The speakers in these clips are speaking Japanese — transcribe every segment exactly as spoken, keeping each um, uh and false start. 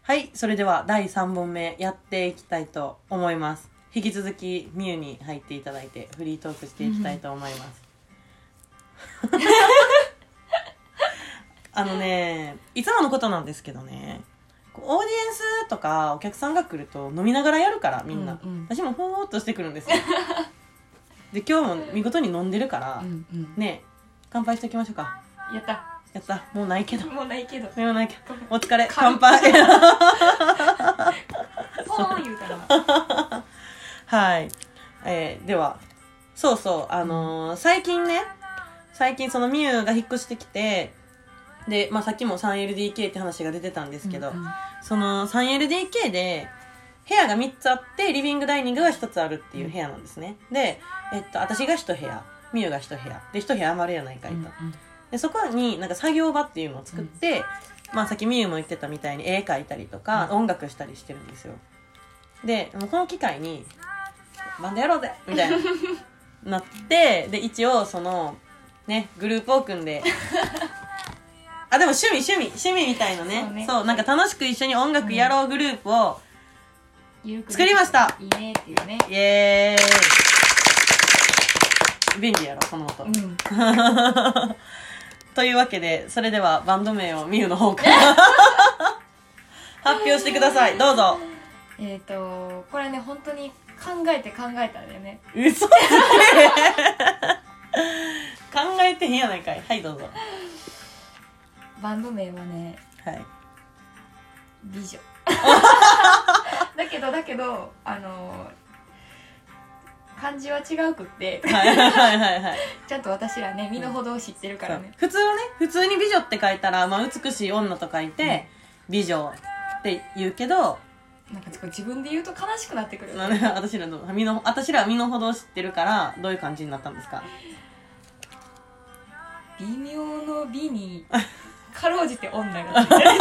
はい、それではだいさんぼんめやっていきたいと思います。引き続きミュウに入っていただいてフリートークしていきたいと思います。あのね、いつものことなんですけどね、オーディエンスとかお客さんが来ると飲みながらやるからみんな、うんうん、私もほーっとしてくるんですよ。で今日も見事に飲んでるから、うんうん、ね、乾杯しておきましょうか。 やったやった、もうないけどもうないけどもうないけどお疲れ、乾杯。ポーン言うたらはい、えー、ではそうそう、あのーうん、最近ね最近そのミュウが引っ越してきて、で、まあ、さっきも スリーエルディーケー って話が出てたんですけど、うんうん、その スリーエルディーケー で部屋がみっつあってリビングダイニングがひとつあるっていう部屋なんですね。で、えっと、私がいち部屋、ミュウがいち部屋でいち部屋余るやないかいと、うんうん、でそこになんか作業場っていうのを作って、うん、まあ、さっきミュウも言ってたみたいに絵描いたりとか、うん、音楽したりしてるんですよ。でもうこの機会にバンドやろうぜみたいななって、で一応そのねグループを組んであ、でも趣味趣味趣味みたいなね、そうね、そうなんか楽しく一緒に音楽やろうグループを作りました。 いいねっていうね。 イエーイ。便利やろこの音、うん、というわけで、それではバンド名をミュウの方から発表してください。どうぞ。 えっとこれね、本当に考えて考えたんだよね。 嘘つけ考えてへんやないかい。はい、どうぞ。 バンド名はね、 はい、 美女だけどだけどあの漢字は違うくってはいはいはい、はい、ちゃんと私らね身の程を知ってるからね、 普通はね、普通に美女って書いたら、まあ、美しい女と書いて、うん、美女って言うけど、 なんか自分で言うと悲しくなってくる、 ね、私らの身の私らは身の程を知ってるからどういう感じになったんですか？ 微妙の美にかろうじて女がついてる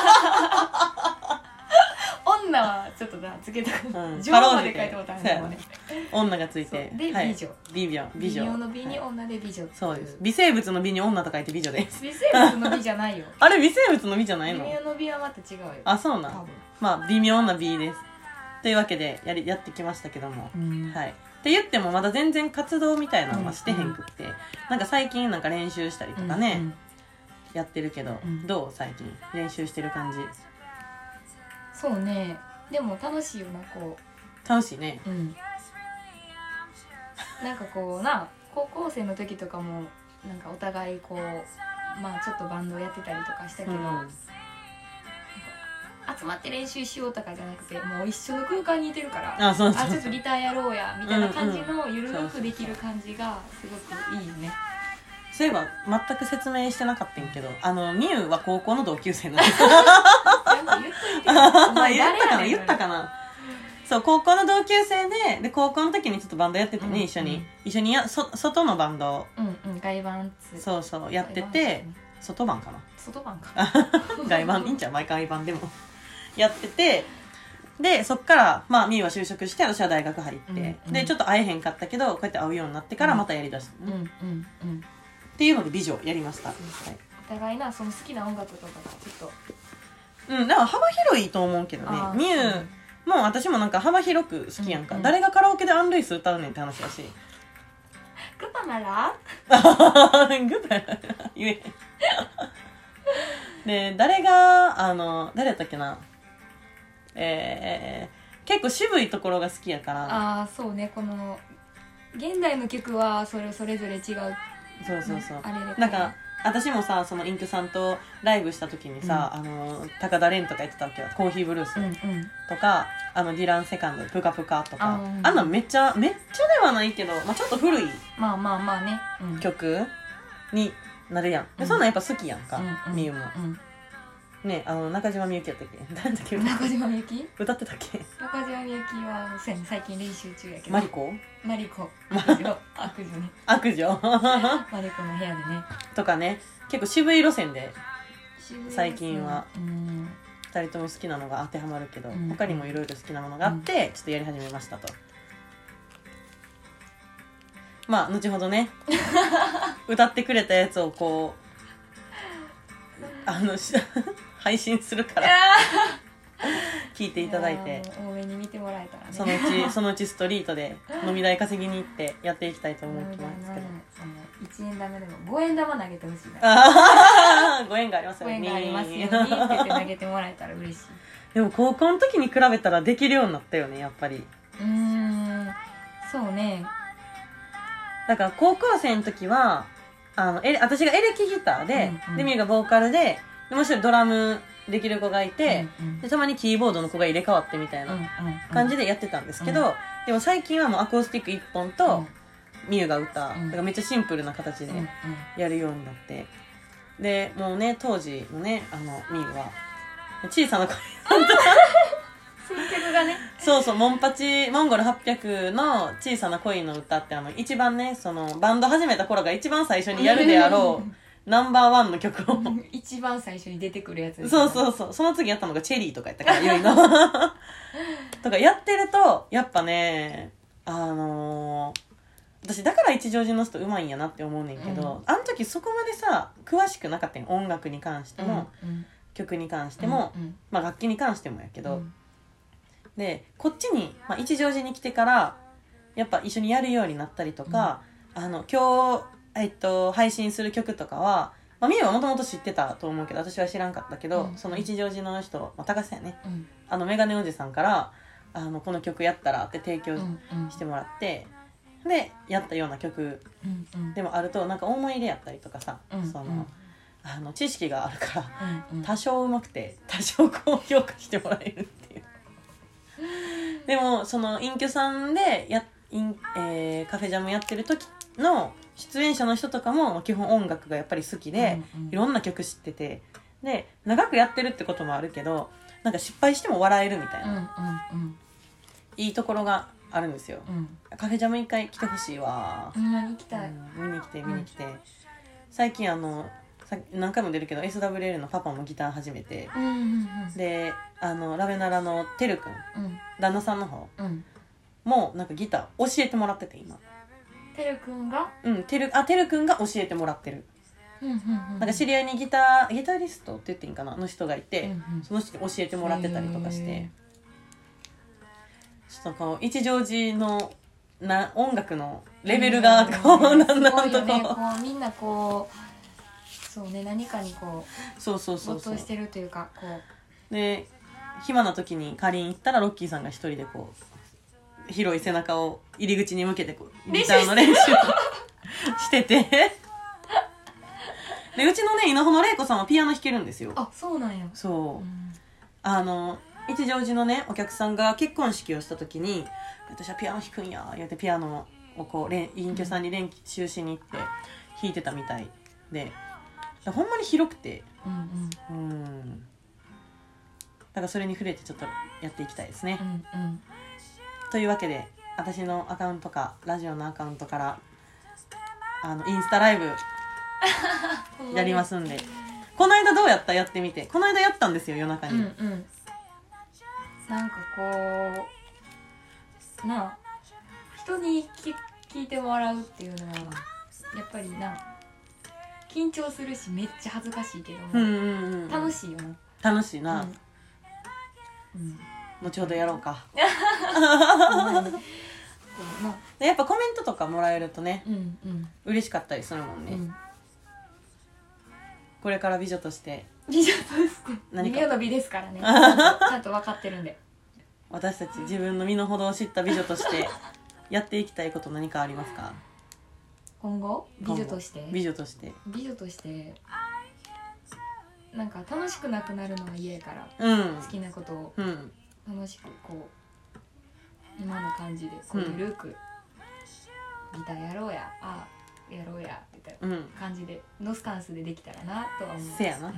女はちょっとなつけたくない、うん、女まで書いてもらったんだもんね。 女がついてで、はい、美女美女美女微妙の美に女で美女、はい、 そうです。微生物の美に女と書いて美女です。 微生物の美じゃないよあれ微生物の美じゃないの？ 微妙の美はまた違うよ。 あ、そうなん。まあ微妙な美です。というわけでやりやってきましたけども、うん、はい。って言ってもまだ全然活動みたいなのはしてへんくって、うんうん、なんか最近なんか練習したりとかね、うんうん、やってるけど、うん、どう最近練習してる感じ？ そうね、でも楽しいよな、こう楽しいね、 うん、なんかこうな、高校生の時とかもなんかお互いこうまあちょっとバンドやってたりとかしたけど、うん、集まって練習しようとかじゃなくて、もう一緒の空間にいてるから、 あ、そうそうそう、 あ、ちょっとギターやろうやみたいな感じのゆるくできる感じがすごくいいよね。 そういえば全く説明してなかったんけど、あのミュウは高校の同級生なんですお前言ったかな言ったかな。そう、高校の同級生で、で高校の時にちょっとバンドやっててね、うんうん、一緒に一緒にやそ外のバンド、 うんうん、外バンつそうそうやってて、外バンかな、 外バンか外バンいいんちゃう、毎回外バンでもやってて、でそっからまあミュウは就職して、私は大学入って、うんうん、でちょっと会えへんかったけどこうやって会うようになってからまたやりだした、ね、うんうんうん、っていうので美女やりました。はい、 お互いなその好きな音楽とかがちょっと、うん、だから幅広いと思うけどね。ミュウも私もなんか幅広く好きやんか、うんうん、誰がカラオケでアン・ルイス歌うねんって話だし。 グパならグパなら言えで、誰があの誰だったっけな、えー、結構渋いところが好きやから。 ああ、そうね、この現代の曲はそれそれぞれ違う。 そうそうそう、あれでなんか私もさ、そのインクさんとライブした時にさ、うん、あの高田蓮とか言ってたわけよ、コーヒーブルースとか、うんうん、あのディランセカンドプカプカとか、あ、うんうん、あんなんめっちゃめっちゃではないけど、まあ、ちょっと古いまあまあまあね、 うん、曲になるやん。で、そんなんやっぱ好きやんか、うん、みゆも、うんね、あの中島みゆきやったっけ、誰だっけ、 中島みゆき歌ってたっけ。 中島みゆきは最近練習中やけど。 マリコマリコ悪女悪女ね悪女マリコの部屋でねとかね、結構渋い路線で最近はふたりとも好きなのが当てはまるけど、うん、他にもいろいろ好きなものがあって、うん、ちょっとやり始めましたと。まあ後ほどね歌ってくれたやつをこうあの配信するから聞いていただいて、 多めに見てもらえたらね。 そのうちそのうちストリートで飲み代稼ぎに行ってやっていきたいと思ってますけど、 いちえん玉でもごえん玉投げてほしいな。 あご縁がありますよね。 ごえんがありますようにって言って投げてもらえたら嬉しい。 でも高校の時に比べたらできるようになったよね、やっぱり。 うーん、そうね。 だから高校生の時はあのエレ私がエレキギターで、 うんうん、 でミュウがボーカルで、でもう一人ドラムできる子がいて、 うんうん、 でたまにキーボードの子が入れ替わってみたいな感じでやってたんですけど、うんうん、でも最近はもうアコースティックいっぽんと、うん、ミュウが歌、うん、だからめっちゃシンプルな形でやるようになって、でもうね当時のねあのミュウは小さな声選曲がね、 そうそう、モンパチモンゴルはっぴゃくの小さな恋の歌ってあの一番ね、そのバンド始めた頃が一番最初にやるであろうナンバーワンの曲を一番最初に出てくるやつです、ね、 そうそうそう、その次やったのがチェリーとかやったからゆいのとかやってるとやっぱね、あのー、私だから一乗寺の人うまいんやなって思うねんけど、うん、あの時そこまでさ詳しくなかったん、音楽に関しても、うんうん、曲に関しても、うんうん、まあ楽器に関してもやけど、うん、でこっちに、まあ、一乗寺に来てからやっぱ一緒にやるようになったりとか、うん、あの今日、えっと、配信する曲とかは、まあ、みゆはもともと知ってたと思うけど私は知らんかったけど、うん、その一乗寺の人、まあ、高瀬やね、うん、あのメガネおじさんからあのこの曲やったらって提供してもらって、うんうん、でやったような曲でもあるとなんか思い入れやったりとかさ、うんうん、そのあの知識があるから、うんうん、多少うまくて多少高評価してもらえるっていうでもその隠居さんでや、えー、カフェジャムやってる時の出演者の人とかも基本音楽がやっぱり好きで、うんうん、いろんな曲知ってて、で長くやってるってこともあるけどなんか失敗しても笑えるみたいな、うんうんうん、いいところがあるんですよ、うん、カフェジャム一回来てほしいわ、 うん、見に行きたい、 うん、見に来て見に来て、うん、最近あの何回も出るけど エスダブリューエル のパパもギター始めて、うんうんうん、であのラベナラのてるくん、うん、旦那さんの方、うん、もなんかギター教えてもらってて今てるくんがうんてるあてるくんが教えてもらってる、うんうんうん、なんか知り合いにギターギタリストって言っていいんかなの人がいて、うんうん、その人に教えてもらってたりとかして、ちょっとこう一乗寺のな音楽のレベルがこう、うん、なんなんとこう、 ね、こうみんなこうそうね何かにこうそうそうそう没頭してるというかこうで暇な時にかりん行ったらロッキーさんが一人でこう広い背中を入り口に向けてこうギターの練習をしててでうちのね稲穂の玲子さんはピアノ弾けるんですよ。 あ、そうなんや。 そう、うん、あの一乗寺のねお客さんが結婚式をした時に私はピアノ弾くんや言ってピアノをこう隠居さんに練習しに行って弾いてたみたいで、ほんまに広くて、うんうん、うんだからそれに触れてちょっとやっていきたいですね、うんうん、というわけで私のアカウントかラジオのアカウントからあのインスタライブやりますんでこの間どうやったやってみてこの間やったんですよ夜中に、うんうん、 なんかこうなあ人に聞いてもらうっていうのはやっぱりな緊張するしめっちゃ恥ずかしいけども、うんうんうん、楽しいよな楽しいな、うんうん、後ほどやろうかやっぱコメントとかもらえるとね、うんうん、嬉しかったりするもんね、うん、これから美女として美女として何か美の美ですからねちゃんと分かってるんで私たち自分の身の程を知った美女としてやっていきたいこと何かありますか？ 今後美女として美女として美女としてなんか楽しくなくなるのは嫌やから、うん、好きなことを楽しくこう今の感じでこうゆるく、うん、ギターやろうやあやろうやみたいな感じで、うん、のスタンスでできたらなとは思う。 せやな、うん、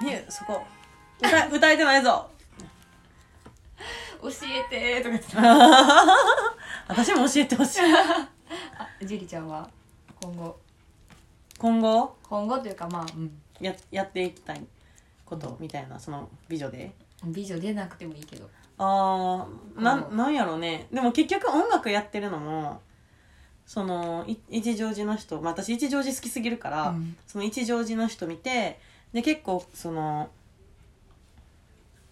いやそこ 歌, 歌えてないぞ教えてとか言って私も教えてほしいあジュリちゃんは今後今後今後というかまあ、うん、 や, やっていきたいことみたいなその美女で美女でなくてもいいけどあー な, なんやろうね。でも結局音楽やってるのもその一乗寺の人、まあ、私一乗寺好きすぎるから、うん、その一乗寺の人見てで結構その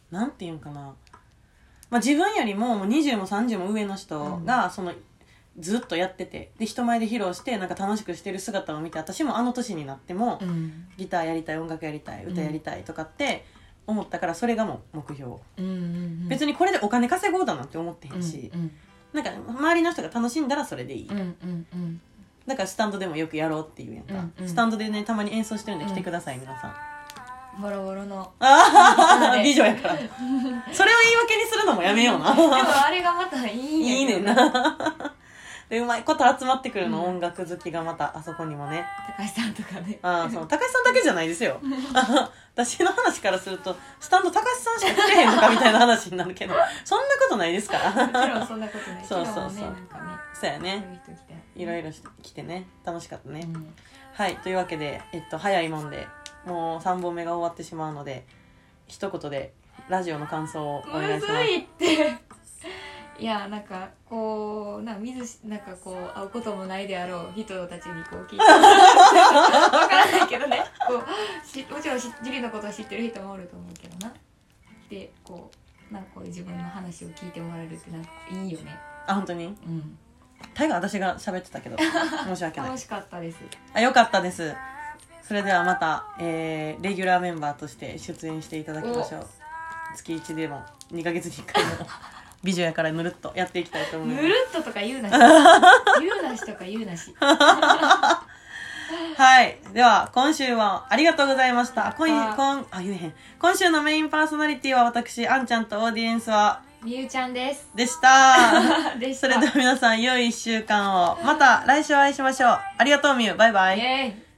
なんていうんかな、まあ、自分よりももうにじゅうもさんじゅうも上の人がそのずっとやってて、で人前で披露してなんか楽しくしてる姿を見て、私もあの年になっても、 うん、 ギターやりたい、音楽やりたい、歌やりたいとかって思ったから、それがもう目標、 うんうんうん、 別にこれでお金稼ごうだなんて思ってへんし、 うんうん、 なんか周りの人が楽しんだらそれでいい、 うんうんうん、 だからスタンドでもよくやろうっていうやんか、うんうん、スタンドでねたまに演奏してるんで来てください、うん、皆さん。 ボロボロのああ美女やからそれを言い訳にするのもやめようなでもあれがまたいいんやいいねんなでうまいこと集まってくるの、うん、音楽好きがまたあそこにもね、 高橋さんとかね、 ああそう高橋さんだけじゃないですよ私の話からするとスタンド高橋さんしか来てへんのかみたいな話になるけどそんなことないですからもちろんそんなことないそうそうそう、 ね、なんかね、 そうやね、いろいろ来てね楽しかったね、うん、はいというわけで、えっと、早いもんでもうさんぼんめが終わってしまうので、一言でラジオの感想をお願いします。 むずいっていやなんかこうなんか水しなんかこう会うこともないであろう人たちにこう聞いてわからないけどね、こうしもちろん樹のことを知ってる人もおると思うけどな、でこうなんかこういう自分の話を聞いてもらえるってなんかいいよね。 あ本当に？うん。大概私が喋ってたけど申し訳ない。 楽しかったです。 あよかったです。それではまた、えー、レギュラーメンバーとして出演していただきましょう。月いちでもにかげつにいっかいも美女やからぬるっとやっていきたいと思います。 ぬるっととか言うなし言うなしとか言うなしはいでは今週はありがとうございました。今今あ言えへん今週のメインパーソナリティは私あんちゃんとオーディエンスはみゆちゃんですでしたでした。 それでは皆さん良いいっしゅうかんを、また来週お会いしましょう。ありがとうみゆ、バイバイ。 イエーイ。